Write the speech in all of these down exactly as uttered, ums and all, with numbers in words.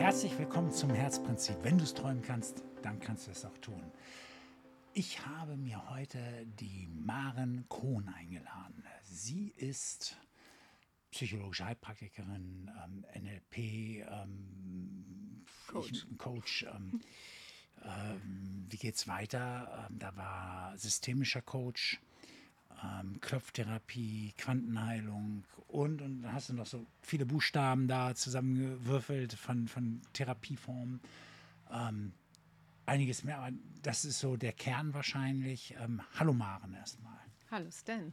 Herzlich willkommen zum Herzprinzip. Wenn du es träumen kannst, dann kannst du es auch tun. Ich habe mir heute die Maren Kohn eingeladen. Sie ist psychologische Heilpraktikerin, ähm, N L P, ähm, Coach. Ich, Coach. Ähm, ähm, wie geht's weiter? Ähm, da war systemischer Coach, ähm, Klopftherapie, Quantenheilung und, und dann hast du noch so viele Buchstaben da zusammengewürfelt von, von Therapieformen. Ähm, einiges mehr, aber das ist so der Kern wahrscheinlich. Ähm, hallo Maren erstmal. Hallo Stan.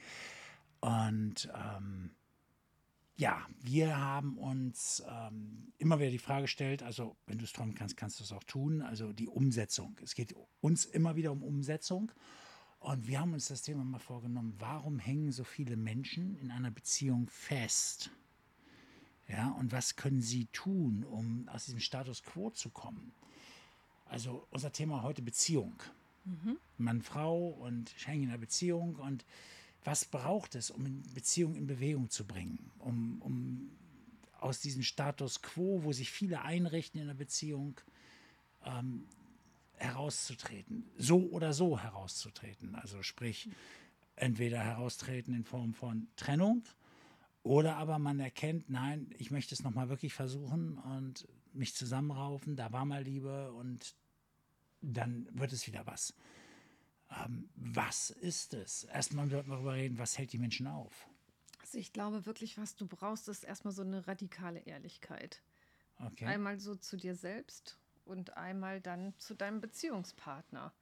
Und ähm, ja, wir haben uns ähm, immer wieder die Frage gestellt, also wenn du es träumen kannst, kannst du es auch tun, also die Umsetzung. Es geht uns immer wieder um Umsetzung. Und wir haben uns das Thema mal vorgenommen, warum hängen so viele Menschen in einer Beziehung fest? Ja, und was können sie tun, um aus diesem Status quo zu kommen? Also unser Thema heute Beziehung. Mhm. Mann, Frau und ich hänge in einer Beziehung. Und was braucht es, um eine Beziehung in Bewegung zu bringen? Um, um aus diesem Status quo, wo sich viele einrichten in einer Beziehung, ähm, herauszutreten. So oder so herauszutreten. Also sprich, entweder heraustreten in Form von Trennung oder aber man erkennt, nein, ich möchte es nochmal wirklich versuchen und mich zusammenraufen, da war mal Liebe und dann wird es wieder was. Ähm, was ist es? Erstmal sollten wir darüber reden, was hält die Menschen auf? Also ich glaube wirklich, was du brauchst, ist erstmal so eine radikale Ehrlichkeit. Okay. Einmal so zu dir selbst und einmal dann zu deinem Beziehungspartner.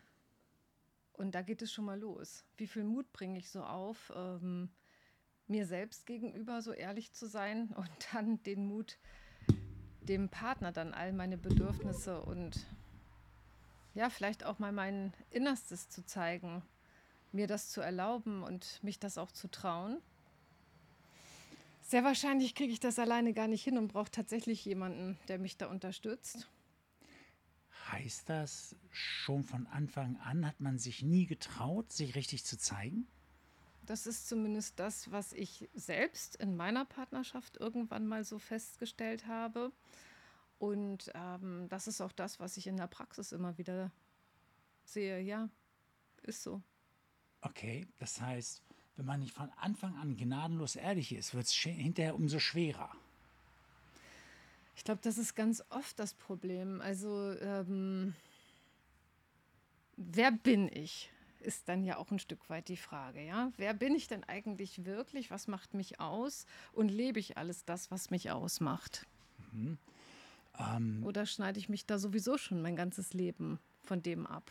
Und da geht es schon mal los. Wie viel Mut bringe ich so auf, ähm, mir selbst gegenüber so ehrlich zu sein und dann den Mut, dem Partner dann all meine Bedürfnisse und ja, vielleicht auch mal mein Innerstes zu zeigen, mir das zu erlauben und mich das auch zu trauen. Sehr wahrscheinlich kriege ich das alleine gar nicht hin und brauche tatsächlich jemanden, der mich da unterstützt. Heißt das, schon von Anfang an hat man sich nie getraut, sich richtig zu zeigen? Das ist zumindest das, was ich selbst in meiner Partnerschaft irgendwann mal so festgestellt habe. Und ähm, das ist auch das, was ich in der Praxis immer wieder sehe. Ja, ist so. Okay, das heißt, wenn man nicht von Anfang an gnadenlos ehrlich ist, wird es hinterher umso schwerer. Ich glaube, das ist ganz oft das Problem. Also, ähm, wer bin ich? Ist dann ja auch ein Stück weit die Frage, ja? Wer bin ich denn eigentlich wirklich? Was macht mich aus? Und lebe ich alles das, was mich ausmacht? Mhm. Ähm, Oder schneide ich mich da sowieso schon mein ganzes Leben von dem ab?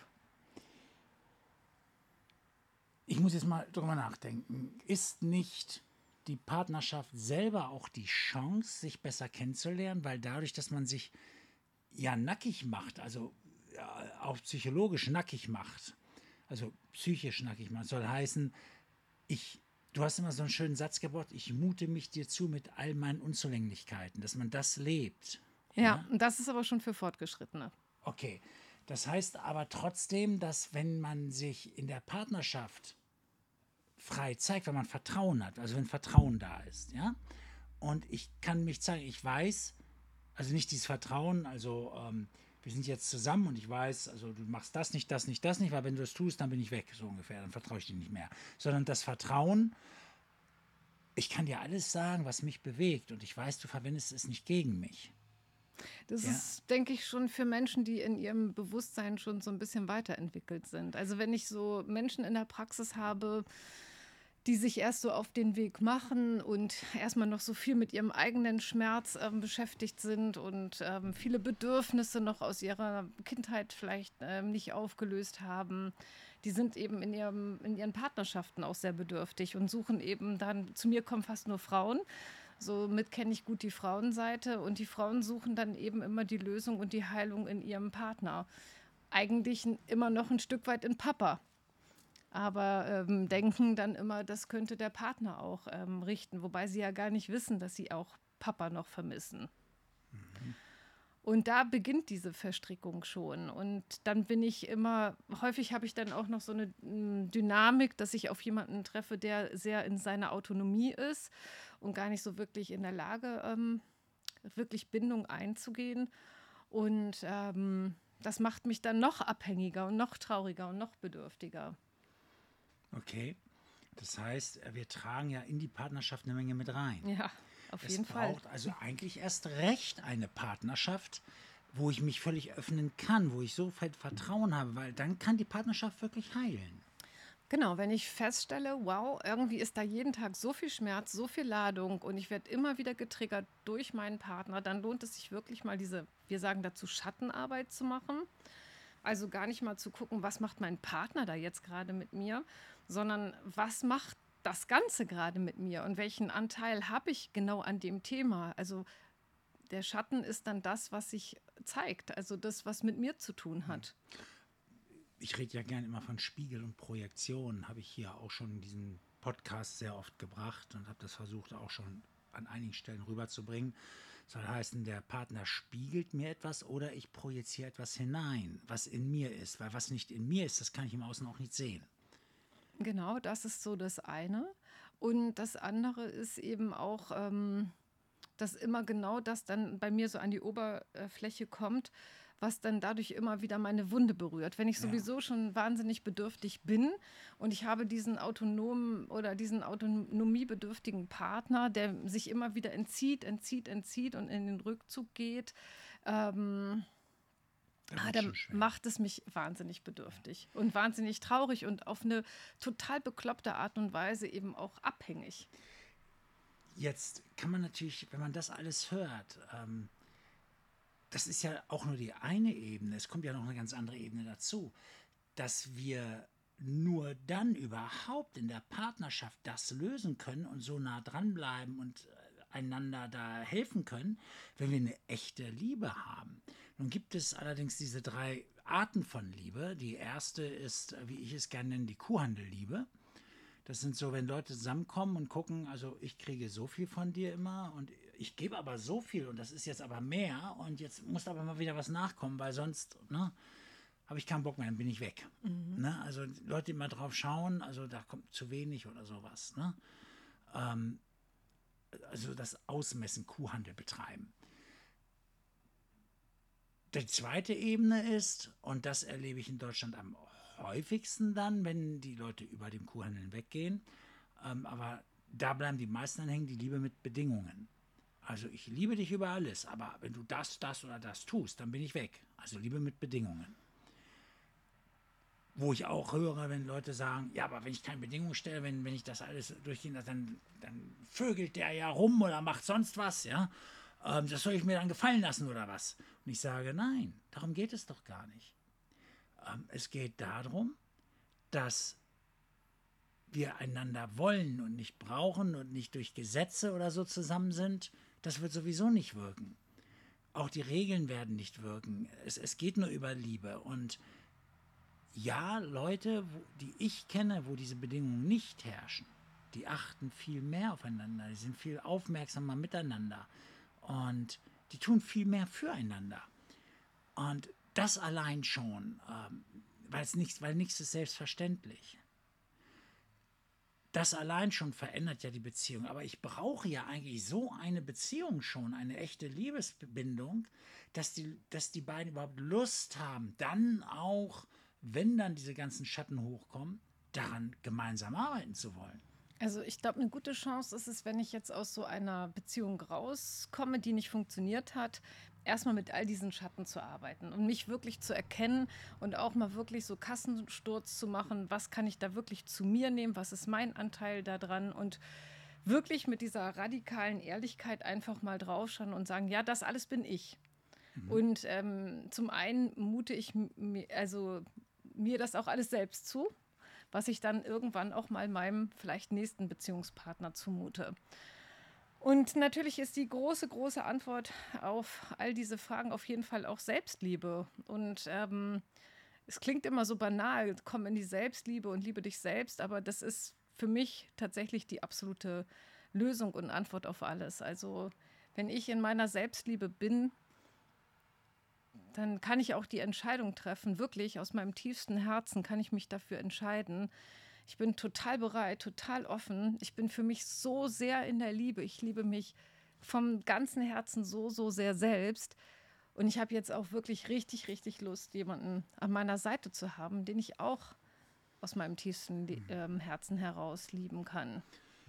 ich muss jetzt mal drüber nachdenken. Ist nicht die Partnerschaft selber auch die Chance, sich besser kennenzulernen? Weil dadurch, dass man sich ja nackig macht, also ja, auch psychologisch nackig macht, also psychisch nackig macht, soll heißen, ich, du hast immer so einen schönen Satz gebracht, ich mute mich dir zu mit all meinen Unzulänglichkeiten, dass man das lebt. Ja, Ja, und das ist aber schon für Fortgeschrittene. okay. Das heißt aber trotzdem, dass wenn man sich in der Partnerschaft frei zeigt, wenn man Vertrauen hat, also wenn Vertrauen da ist, ja, und ich kann mich zeigen, ich weiß, also nicht dieses Vertrauen, also ähm, wir sind jetzt zusammen und ich weiß, also du machst das nicht, das nicht, das nicht, weil wenn du das tust, dann bin ich weg, so ungefähr, dann vertraue ich dir nicht mehr. Sondern das Vertrauen, ich kann dir alles sagen, was mich bewegt und ich weiß, du verwendest es nicht gegen mich. Das Ja, ist, denke ich, schon für Menschen, die in ihrem Bewusstsein schon so ein bisschen weiterentwickelt sind. Also wenn ich so Menschen in der Praxis habe, die sich erst so auf den Weg machen und erstmal noch so viel mit ihrem eigenen Schmerz ähm, beschäftigt sind und ähm, viele Bedürfnisse noch aus ihrer Kindheit vielleicht ähm, nicht aufgelöst haben. Die sind eben in, ihrem, in ihren Partnerschaften auch sehr bedürftig und suchen eben dann, zu mir kommen fast nur Frauen. Somit kenne ich gut die Frauenseite und die Frauen suchen dann eben immer die Lösung und die Heilung in ihrem Partner. Eigentlich immer noch ein Stück weit in Papa, aber ähm, denken dann immer, das könnte der Partner auch ähm, richten, wobei sie ja gar nicht wissen, dass sie auch Papa noch vermissen. Und da beginnt diese Verstrickung schon. Und dann bin ich immer, häufig habe ich dann auch noch so eine m, Dynamik, dass ich auf jemanden treffe, der sehr in seiner Autonomie ist und gar nicht so wirklich in der Lage ähm, wirklich Bindung einzugehen. Und ähm, das macht mich dann noch abhängiger und noch trauriger und noch bedürftiger. Okay, das heißt, wir tragen ja in die Partnerschaft eine Menge mit rein. Ja, auf Es jeden Fall. braucht also eigentlich erst recht eine Partnerschaft, wo ich mich völlig öffnen kann, wo ich so viel Vertrauen habe, weil dann kann die Partnerschaft wirklich heilen. Genau, wenn ich feststelle, wow, irgendwie ist da jeden Tag so viel Schmerz, so viel Ladung und ich werde immer wieder getriggert durch meinen Partner, dann lohnt es sich wirklich mal diese, wir sagen dazu, Schattenarbeit zu machen. Also gar nicht mal zu gucken, was macht mein Partner da jetzt gerade mit mir, sondern was macht das Ganze gerade mit mir und welchen Anteil habe ich genau an dem Thema. Also der Schatten ist dann das, was sich zeigt, also das, was mit mir zu tun hat. Ich rede ja gerne immer von Spiegel und Projektion, habe ich hier auch schon in diesem Podcast sehr oft gebracht und habe das versucht auch schon an einigen Stellen rüberzubringen. Soll heißen, der Partner spiegelt mir etwas oder ich projiziere etwas hinein, was in mir ist. Weil was nicht in mir ist, das kann ich im Außen auch nicht sehen. Genau, das ist so das eine. Und das andere ist eben auch, ähm, dass immer genau das dann bei mir so an die Oberfläche kommt, was dann dadurch immer wieder meine Wunde berührt. Wenn ich Ja. sowieso schon wahnsinnig bedürftig bin und ich habe diesen autonomen oder diesen autonomiebedürftigen Partner, der sich immer wieder entzieht, entzieht, entzieht und in den Rückzug geht, ähm, Da ah, wird's dann schon schwer. macht es mich wahnsinnig bedürftig und wahnsinnig traurig und auf eine total bekloppte Art und Weise eben auch abhängig. Jetzt kann man natürlich, wenn man das alles hört, ähm, das ist ja auch nur die eine Ebene, es kommt ja noch eine ganz andere Ebene dazu, dass wir nur dann überhaupt in der Partnerschaft das lösen können und so nah dranbleiben und äh, einander da helfen können, wenn wir eine echte Liebe haben. Nun gibt es allerdings diese drei Arten von Liebe. Die erste ist, äh, wie ich es gerne nenne, die Kuhhandelliebe. Das sind so, wenn Leute zusammenkommen und gucken, also ich kriege so viel von dir immer und ich gebe aber so viel und das ist jetzt aber mehr und jetzt muss aber mal wieder was nachkommen, weil sonst, ne, habe ich keinen Bock mehr, dann bin ich weg. Mhm. Ne? Also Leute, die mal drauf schauen, also da kommt zu wenig oder sowas. Ne? Ähm, also das Ausmessen, Kuhhandel betreiben. Die zweite Ebene ist, und das erlebe ich in Deutschland am häufigsten dann, wenn die Leute über dem Kuhhandeln weggehen, ähm, aber da bleiben die meisten dann hängen, die Liebe mit Bedingungen. Also ich liebe dich über alles, aber wenn du das, das oder das tust, dann bin ich weg. Also Liebe mit Bedingungen. Wo ich auch höre, wenn Leute sagen, ja, aber wenn ich keine Bedingungen stelle, wenn, wenn ich das alles durchgehen lasse, dann, dann vögelt der ja rum oder macht sonst was, ja. Ähm, das soll ich mir dann gefallen lassen oder was? Und ich sage, nein, darum geht es doch gar nicht. Ähm, es geht darum, dass wir einander wollen und nicht brauchen und nicht durch Gesetze oder so zusammen sind. Das wird sowieso nicht wirken. Auch die Regeln werden nicht wirken. Es, es geht nur über Liebe. Und ja, Leute, wo, die ich kenne, wo diese Bedingungen nicht herrschen, die achten viel mehr aufeinander, die sind viel aufmerksamer miteinander und die tun viel mehr füreinander. Und das allein schon, ähm, weil es nichts, weil nichts ist selbstverständlich. Das allein schon verändert ja die Beziehung. Aber ich brauche ja eigentlich so eine Beziehung schon, eine echte Liebesbindung, dass die, dass die beiden überhaupt Lust haben, dann auch, wenn dann diese ganzen Schatten hochkommen, daran gemeinsam arbeiten zu wollen. Also ich glaube, eine gute Chance ist es, wenn ich jetzt aus so einer Beziehung rauskomme, die nicht funktioniert hat, erstmal mit all diesen Schatten zu arbeiten und mich wirklich zu erkennen und auch mal wirklich so Kassensturz zu machen, was kann ich da wirklich zu mir nehmen, was ist mein Anteil daran und wirklich mit dieser radikalen Ehrlichkeit einfach mal draufschauen und sagen, ja, das alles bin ich. Mhm. Und ähm, zum einen mute ich mir, also mir das auch alles selbst zu, was ich dann irgendwann auch mal meinem vielleicht nächsten Beziehungspartner zumute. Und natürlich ist die große, große Antwort auf all diese Fragen auf jeden Fall auch Selbstliebe. Und ähm, es klingt immer so banal, komm in die Selbstliebe und liebe dich selbst, aber das ist für mich tatsächlich die absolute Lösung und Antwort auf alles. Also wenn ich in meiner Selbstliebe bin, dann kann ich auch die Entscheidung treffen, wirklich aus meinem tiefsten Herzen kann ich mich dafür entscheiden. Ich bin total bereit, total offen. Ich bin für mich so sehr in der Liebe. Ich liebe mich vom ganzen Herzen so, so sehr selbst. Und ich habe jetzt auch wirklich richtig, richtig Lust, jemanden an meiner Seite zu haben, den ich auch aus meinem tiefsten Le- ähm, Herzen heraus lieben kann.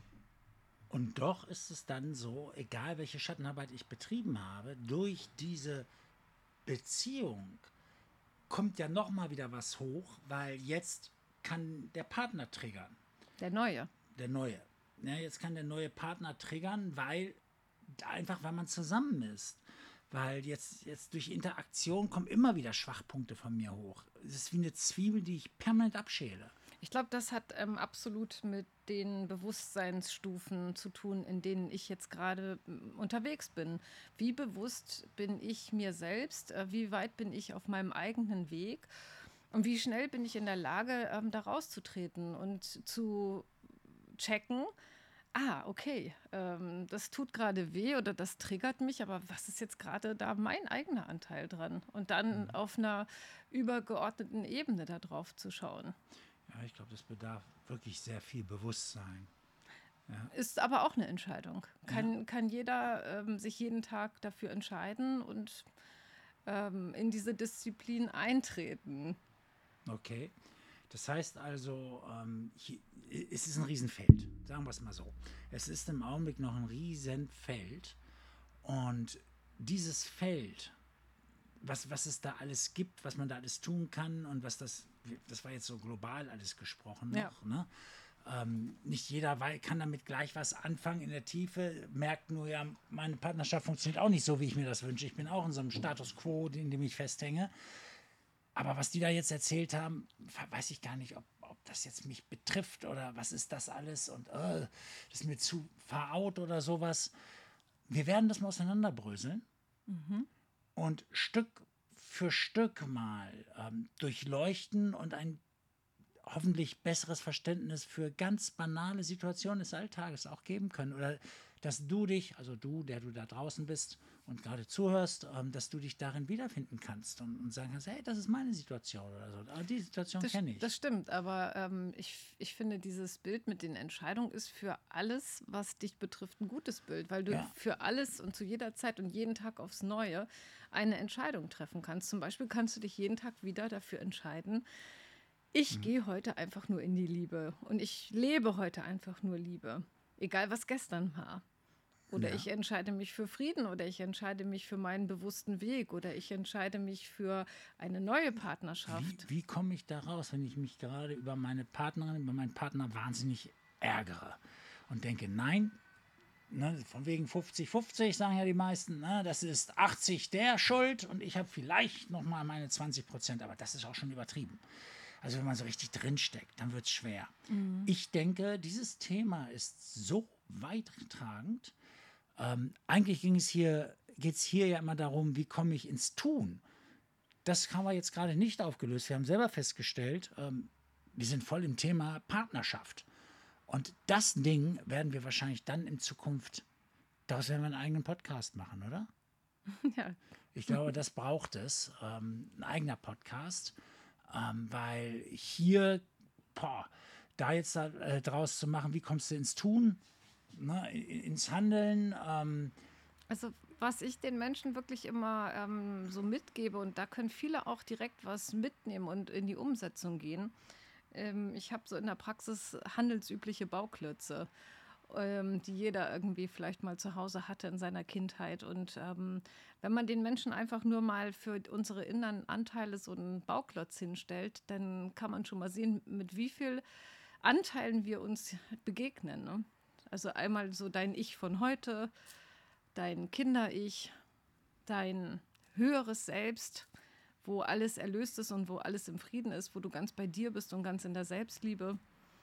Und doch ist es dann so, egal welche Schattenarbeit ich betrieben habe, durch diese Beziehung kommt ja nochmal wieder was hoch, weil jetzt kann der Partner triggern, Der Neue. der neue. Ja, jetzt kann der neue Partner triggern, weil einfach, weil man zusammen ist. Weil jetzt, jetzt durch Interaktion kommen immer wieder Schwachpunkte von mir hoch. Es ist wie eine Zwiebel, die ich permanent abschäle. Ich glaube, das hat ähm, absolut mit den Bewusstseinsstufen zu tun, in denen ich jetzt gerade ähm, unterwegs bin. Wie bewusst bin ich mir selbst? Äh, wie weit bin ich auf meinem eigenen Weg? Und wie schnell bin ich in der Lage, ähm, da rauszutreten und zu checken, ah, okay, ähm, das tut gerade weh oder das triggert mich, aber was ist jetzt gerade da mein eigener Anteil dran? Und dann auf einer übergeordneten Ebene da drauf zu schauen. Ja, ich glaube, das bedarf wirklich sehr viel Bewusstsein. Ja. Ist aber auch eine Entscheidung. Kann, Ja. kann jeder ähm, sich jeden Tag dafür entscheiden und ähm, in diese Disziplin eintreten. Okay. Das heißt also, ähm, hier, es ist ein Riesenfeld, sagen wir es mal so. Es ist im Augenblick noch ein Riesenfeld. Und dieses Feld, was, was es da alles gibt, was man da alles tun kann und was das, das war jetzt so global alles gesprochen noch, Ja. ne? Ähm, nicht jeder wei- kann damit gleich was anfangen in der Tiefe, merkt nur, ja, meine Partnerschaft funktioniert auch nicht so, wie ich mir das wünsche. Ich bin auch in so einem Status quo, in dem ich festhänge. Aber was die da jetzt erzählt haben, weiß ich gar nicht, ob, ob das jetzt mich betrifft oder was ist das alles und äh, das ist mir zu veraut oder sowas. Wir werden das mal auseinanderbröseln und Stück für Stück mal ähm, durchleuchten und ein hoffentlich besseres Verständnis für ganz banale Situationen des Alltages auch geben können. Oder dass du dich, also du, der du da draußen bist und gerade zuhörst, ähm, dass du dich darin wiederfinden kannst und, und sagen kannst, hey, das ist meine Situation oder so. Aber die Situation Das, kenne ich. das stimmt, aber ähm, ich, ich finde, dieses Bild mit den Entscheidungen ist für alles, was dich betrifft, ein gutes Bild, weil du Ja. für alles und zu jeder Zeit und jeden Tag aufs Neue eine Entscheidung treffen kannst. Zum Beispiel kannst du dich jeden Tag wieder dafür entscheiden, ich gehe heute einfach nur in die Liebe und ich lebe heute einfach nur Liebe, egal was gestern war. Oder Ja. ich entscheide mich für Frieden oder ich entscheide mich für meinen bewussten Weg oder ich entscheide mich für eine neue Wie, Partnerschaft. wie komme ich da raus, wenn ich mich gerade über meine Partnerin, über meinen Partner wahnsinnig ärgere und denke, nein, ne, von wegen fünfzig fünfzig sagen ja die meisten, ne, das ist achtzig der Schuld und ich habe vielleicht noch mal meine zwanzig Prozent, aber das ist auch schon übertrieben. Also wenn man so richtig drinsteckt, dann wird es schwer. Ich denke, dieses Thema ist so weittragend. Ähm, eigentlich ging es hier, geht es hier ja immer darum, wie komme ich ins Tun. Das haben wir jetzt gerade nicht aufgelöst. Wir haben selber festgestellt, ähm, wir sind voll im Thema Partnerschaft. Und das Ding werden wir wahrscheinlich dann in Zukunft, daraus werden wir einen eigenen Podcast machen, oder? Ja, Ich glaube, das braucht es, ähm, ein eigener Podcast, ähm, weil hier, boah, da jetzt da, äh, draus zu machen, wie kommst du ins Tun, ne, ins Handeln, ähm, also was ich den Menschen wirklich immer ähm, so mitgebe und da können viele auch direkt was mitnehmen und in die Umsetzung gehen. Ähm, ich habe so in der Praxis handelsübliche Bauklötze, ähm, die jeder irgendwie vielleicht mal zu Hause hatte in seiner Kindheit. Und ähm, wenn man den Menschen einfach nur mal für unsere inneren Anteile so einen Bauklotz hinstellt, dann kann man schon mal sehen, mit wie viel Anteilen wir uns begegnen. Ne? Also einmal so dein Ich von heute, dein Kinder-Ich, dein höheres Selbst, wo alles erlöst ist und wo alles im Frieden ist, wo du ganz bei dir bist und ganz in der Selbstliebe.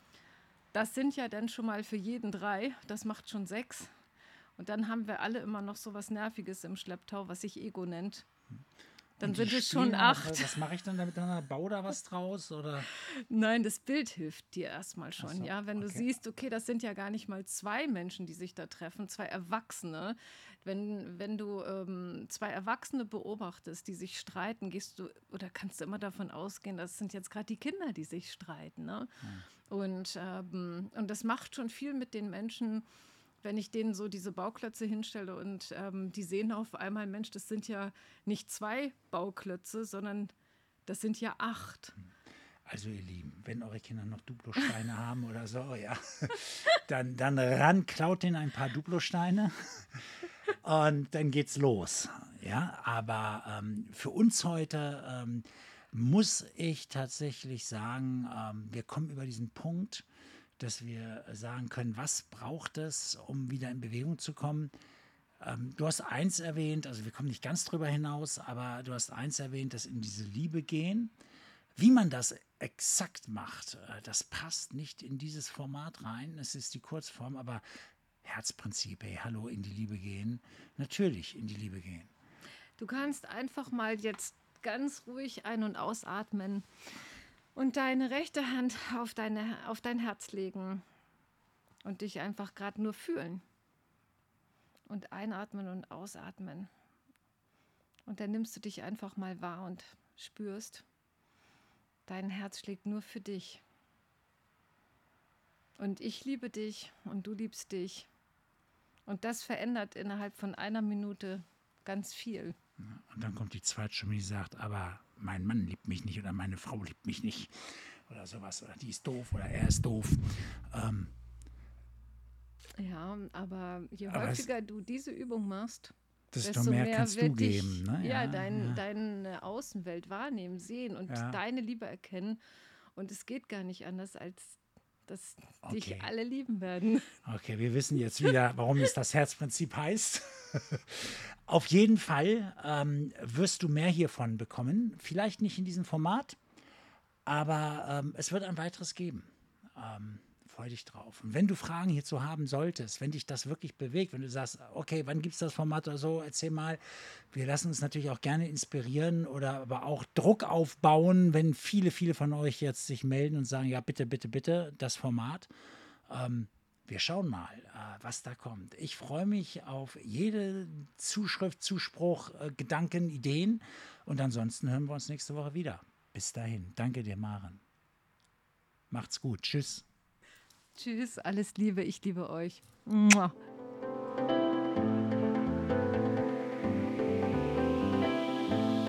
Das sind ja dann schon mal für jeden drei, das macht schon sechs. Und dann haben wir alle immer noch so was Nerviges im Schlepptau, was sich Ego nennt. Dann und die sind es spielen schon dann, acht. Was, was mache ich dann damit? Bau da was draus? Oder? Nein, das Bild hilft dir erstmal schon, Ach so, ja. Wenn du okay. siehst, okay, das sind ja gar nicht mal zwei Menschen, die sich da treffen, zwei Erwachsene. Wenn, wenn du ähm, zwei Erwachsene beobachtest, die sich streiten, gehst du oder kannst du immer davon ausgehen, das sind jetzt gerade die Kinder, die sich streiten. Ne? Und, ähm, und das macht schon viel mit den Menschen, wenn ich denen so diese Bauklötze hinstelle und ähm, die sehen auf einmal, Mensch, das sind ja nicht zwei Bauklötze, sondern das sind ja acht. Also ihr Lieben, wenn eure Kinder noch Duplosteine haben oder so, ja, dann, dann ran, klaut denen ein paar Duplosteine und dann geht's los. Ja, aber ähm, für uns heute ähm, muss ich tatsächlich sagen, ähm, wir kommen über diesen Punkt, dass wir sagen können, was braucht es, um wieder in Bewegung zu kommen. Ähm, du hast eins erwähnt, also wir kommen nicht ganz drüber hinaus, aber du hast eins erwähnt, dass in diese Liebe gehen. Wie man das exakt macht, äh, das passt nicht in dieses Format rein. Es ist die Kurzform, aber Herzprinzip, hey, hallo, in die Liebe gehen. Natürlich in die Liebe gehen. Du kannst einfach mal jetzt ganz ruhig ein- und ausatmen und deine rechte Hand auf, deine, auf dein Herz legen und dich einfach gerade nur fühlen. Und einatmen und ausatmen. Und dann nimmst du dich einfach mal wahr und spürst, dein Herz schlägt nur für dich. Und ich liebe dich und du liebst dich. Und das verändert innerhalb von einer Minute ganz viel. Und dann kommt die Zweitstimme, die sagt, aber mein Mann liebt mich nicht oder meine Frau liebt mich nicht oder sowas. Oder die ist doof oder er ist doof. Ähm, Ja, aber je aber es, häufiger du diese Übung machst, desto desto mehr mehr kannst du wird geben. dich Ne? ja, Ja, dein, ja, deine Außenwelt wahrnehmen, sehen und ja. deine Liebe erkennen. Und es geht gar nicht anders, als dass dich Okay. alle lieben werden. Okay, wir wissen jetzt wieder, warum es das Herzprinzip heißt. Auf jeden Fall ähm, wirst du mehr hiervon bekommen. Vielleicht nicht in diesem Format, aber ähm, es wird ein weiteres geben. Ähm, freu dich drauf. Und wenn du Fragen hierzu haben solltest, wenn dich das wirklich bewegt, wenn du sagst, okay, wann gibt es das Format oder so, erzähl mal. Wir lassen uns natürlich auch gerne inspirieren oder aber auch Druck aufbauen, wenn viele, viele von euch jetzt sich melden und sagen, ja, bitte, bitte, bitte, das Format. Ähm, wir schauen mal, äh, was da kommt. Ich freue mich auf jede Zuschrift, Zuspruch, äh, Gedanken, Ideen. Und ansonsten hören wir uns nächste Woche wieder. Bis dahin. Danke dir, Maren. Macht's gut. Tschüss. Tschüss, alles Liebe, ich liebe euch. Mua.